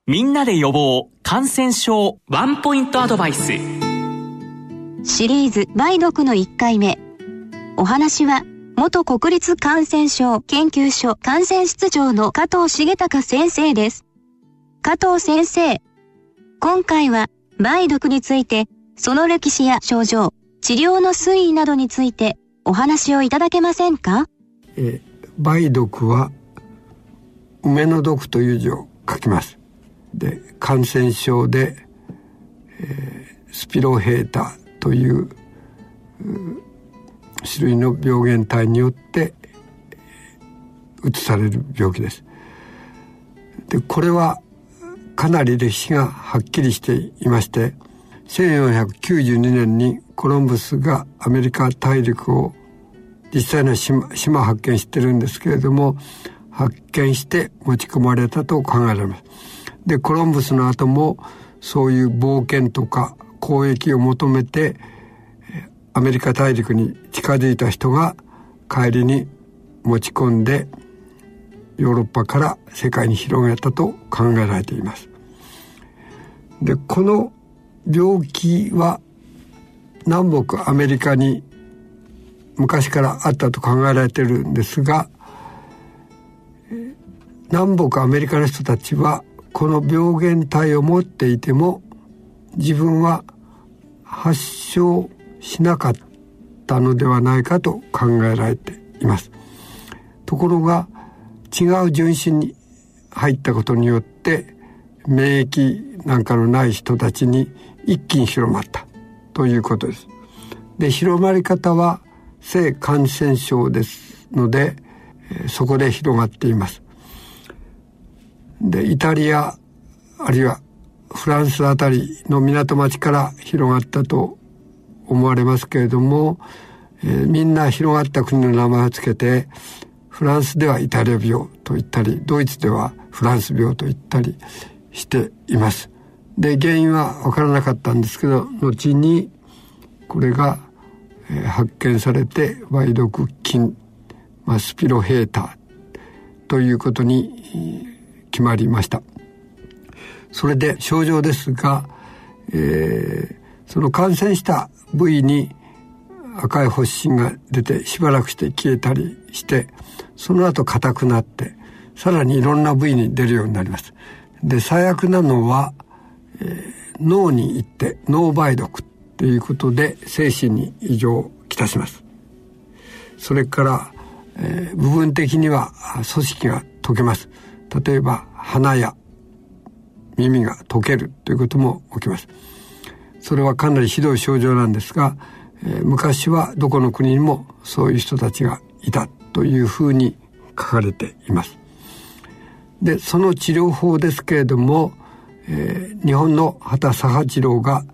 みんなで予防感染症ワンポイントアドバイスシリーズ梅毒の1回目。お話は元国立感染症研究所感染室長の加藤重隆先生です。加藤先生、今回は梅毒について、その歴史や症状、治療の推移などについてお話をいただけませんか？ 梅毒は梅の毒という字を書きます。で、感染症で、スピロヘータという種類の病原体によってうつされる病気です。で、これはかなり歴史がはっきりしていまして、1492年にコロンブスがアメリカ大陸を実際の島発見してるんですけれども、発見して持ち込まれたと考えられます。で、コロンブスの後もそういう冒険とか交易を求めてアメリカ大陸に近づいた人が帰りに持ち込んでヨーロッパから世界に広げたと考えられています。で、この病気は南北アメリカに昔からあったと考えられているんですが、南北アメリカの人たちはこの病原体を持っていても自分は発症しなかったのではないかと考えられています。ところが違う純種に入ったことによって免疫なんかのない人たちに一気に広まったということです。で、広まり方は性感染症ですので、そこで広がっています。で、イタリアあるいはフランスあたりの港町から広がったと思われますけれども、みんな広がった国の名前をつけて、フランスではイタリア病と言ったり、ドイツではフランス病と言ったりしています。で、原因は分からなかったんですけど、後にこれが発見されて梅毒菌、スピロヘータということに決まりました。それで症状ですが、その感染した部位に赤い発疹が出てしばらくして消えたりして、その後硬くなってさらにいろんな部位に出るようになります。で、最悪なのは、脳に行って脳梅毒ということで精神に異常をきたします。それから、部分的には組織が溶けます。例えば鼻や耳が溶けるということも起きます。それはかなりひどい症状なんですが、昔はどこの国にもそういう人たちがいたというふうに書かれています。で、その治療法ですけれども、日本の畑佐八郎が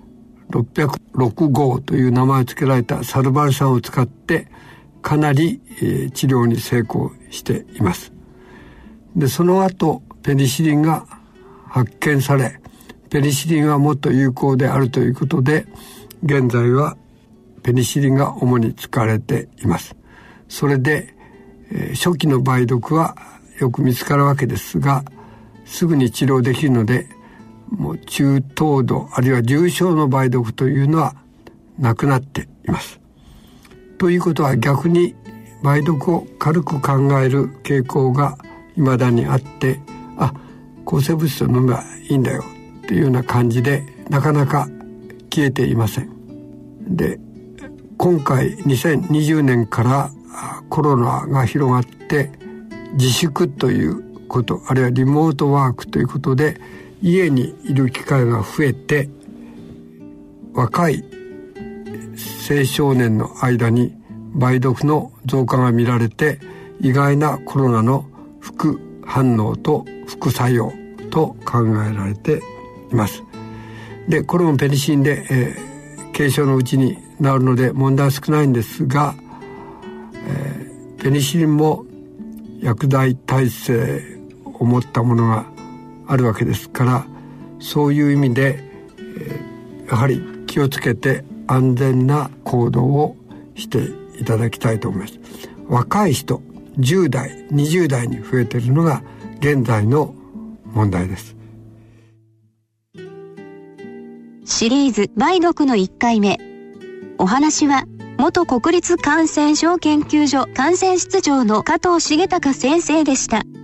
606号という名前を付けられたサルバル酸を使ってかなり、治療に成功しています。で、その後ペニシリンが発見され、ペニシリンはもっと有効であるということで、現在はペニシリンが主に使われています。それで、初期の梅毒はよく見つかるわけですが、すぐに治療できるので、もう中等度あるいは重症の梅毒というのはなくなっています。ということは逆に梅毒を軽く考える傾向が未だにあって、抗生物質を飲めばいいんだよというような感じでなかなか消えていません。で、今回2020年からコロナが広がって自粛ということ、あるいはリモートワークということで家にいる機会が増えて、若い青少年の間に梅毒の増加が見られて、意外なコロナの副反応と副作用と考えられています。で、これもペニシリンで、軽症のうちに治るので問題は少ないんですが、ペニシリンも薬剤耐性を持ったものがあるわけですから、そういう意味で、やはり気をつけて安全な行動をしていただきたいと思います。若い人、10代、20代に増えているのが現在の問題です。 シリーズ梅毒の1回目。お話は、元国立感染症研究所感染室長の加藤重隆先生でした。